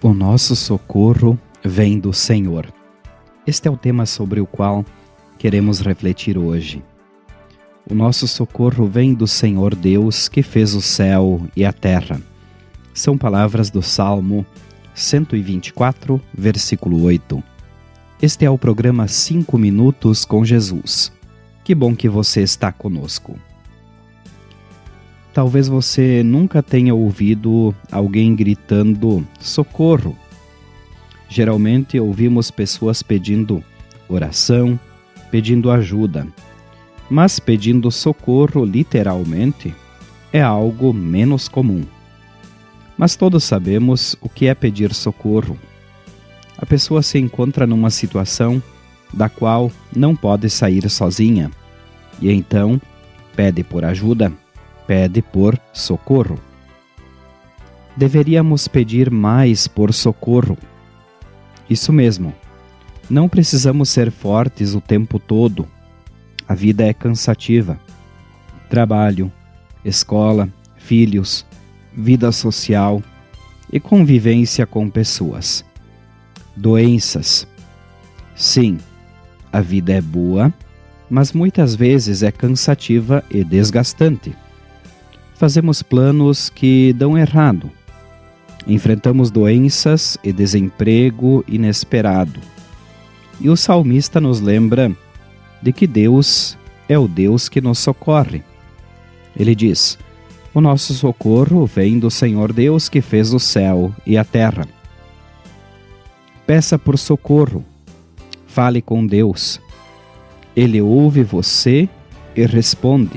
O nosso socorro vem do Senhor. Este é o tema sobre o qual queremos refletir hoje. O nosso socorro vem do Senhor Deus, que fez o céu e a terra. São palavras do Salmo 124, versículo 8. Este é o programa 5 Minutos com Jesus. Que bom que você está conosco. Talvez você nunca tenha ouvido alguém gritando socorro. Geralmente ouvimos pessoas pedindo oração, pedindo ajuda. Mas pedindo socorro literalmente é algo menos comum. Mas todos sabemos o que é pedir socorro. A pessoa se encontra numa situação da qual não pode sair sozinha e então pede por ajuda, pede por socorro. Deveríamos pedir mais por socorro. Isso mesmo, não precisamos ser fortes o tempo todo. A vida é cansativa. Trabalho, escola, filhos, vida social e convivência com pessoas. Doenças. Sim, a vida é boa, mas muitas vezes é cansativa e desgastante. Fazemos planos que dão errado. Enfrentamos doenças e desemprego inesperado. E o salmista nos lembra de que Deus é o Deus que nos socorre. Ele diz: o nosso socorro vem do Senhor Deus que fez o céu e a terra. Peça por socorro. Fale com Deus. Ele ouve você e responde.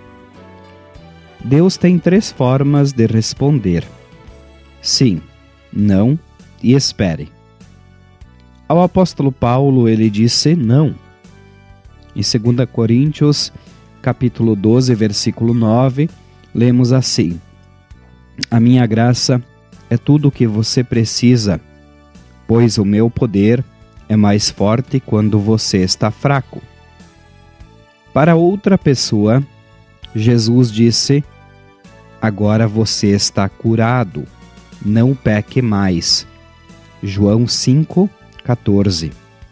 Deus tem 3 formas de responder: sim, não e espere. Ao apóstolo Paulo ele disse não. Em 2 Coríntios, capítulo 12, versículo 9, lemos assim: a minha graça é tudo o que você precisa, pois o meu poder é mais forte quando você está fraco. Para outra pessoa, Jesus disse: agora você está curado, não peque mais. João 5:14.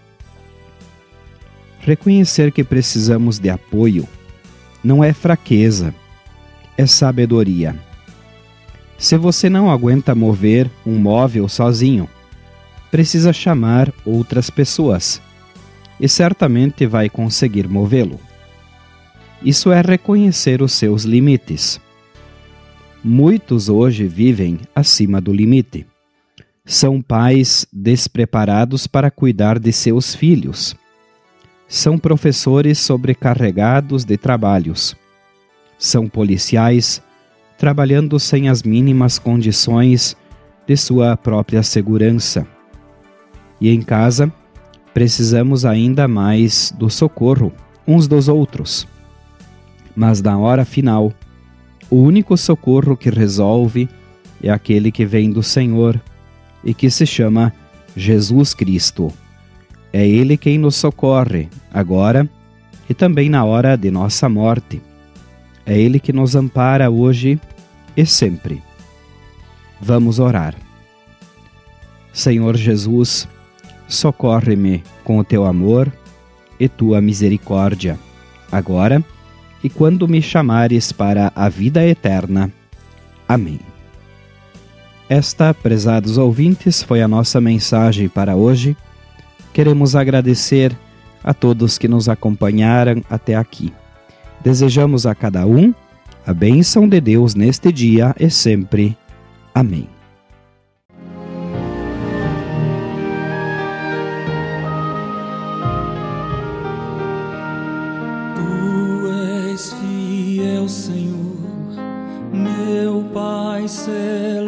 Reconhecer que precisamos de apoio não é fraqueza, é sabedoria. Se você não aguenta mover um móvel sozinho, precisa chamar outras pessoas e certamente vai conseguir movê-lo. Isso é reconhecer os seus limites. Muitos hoje vivem acima do limite. São pais despreparados para cuidar de seus filhos. São professores sobrecarregados de trabalhos. São policiais trabalhando sem as mínimas condições de sua própria segurança. E em casa, precisamos ainda mais do socorro uns dos outros. Mas na hora final, o único socorro que resolve é aquele que vem do Senhor e que se chama Jesus Cristo. É Ele quem nos socorre agora e também na hora de nossa morte. É Ele que nos ampara hoje e sempre. Vamos orar. Senhor Jesus, socorre-me com o teu amor e tua misericórdia, agora e quando me chamares para a vida eterna. Amém. Esta, prezados ouvintes, foi a nossa mensagem para hoje. Queremos agradecer a todos que nos acompanharam até aqui. Desejamos a cada um a bênção de Deus neste dia e sempre. Amém. Tu és fiel, Senhor, meu Pai celestial.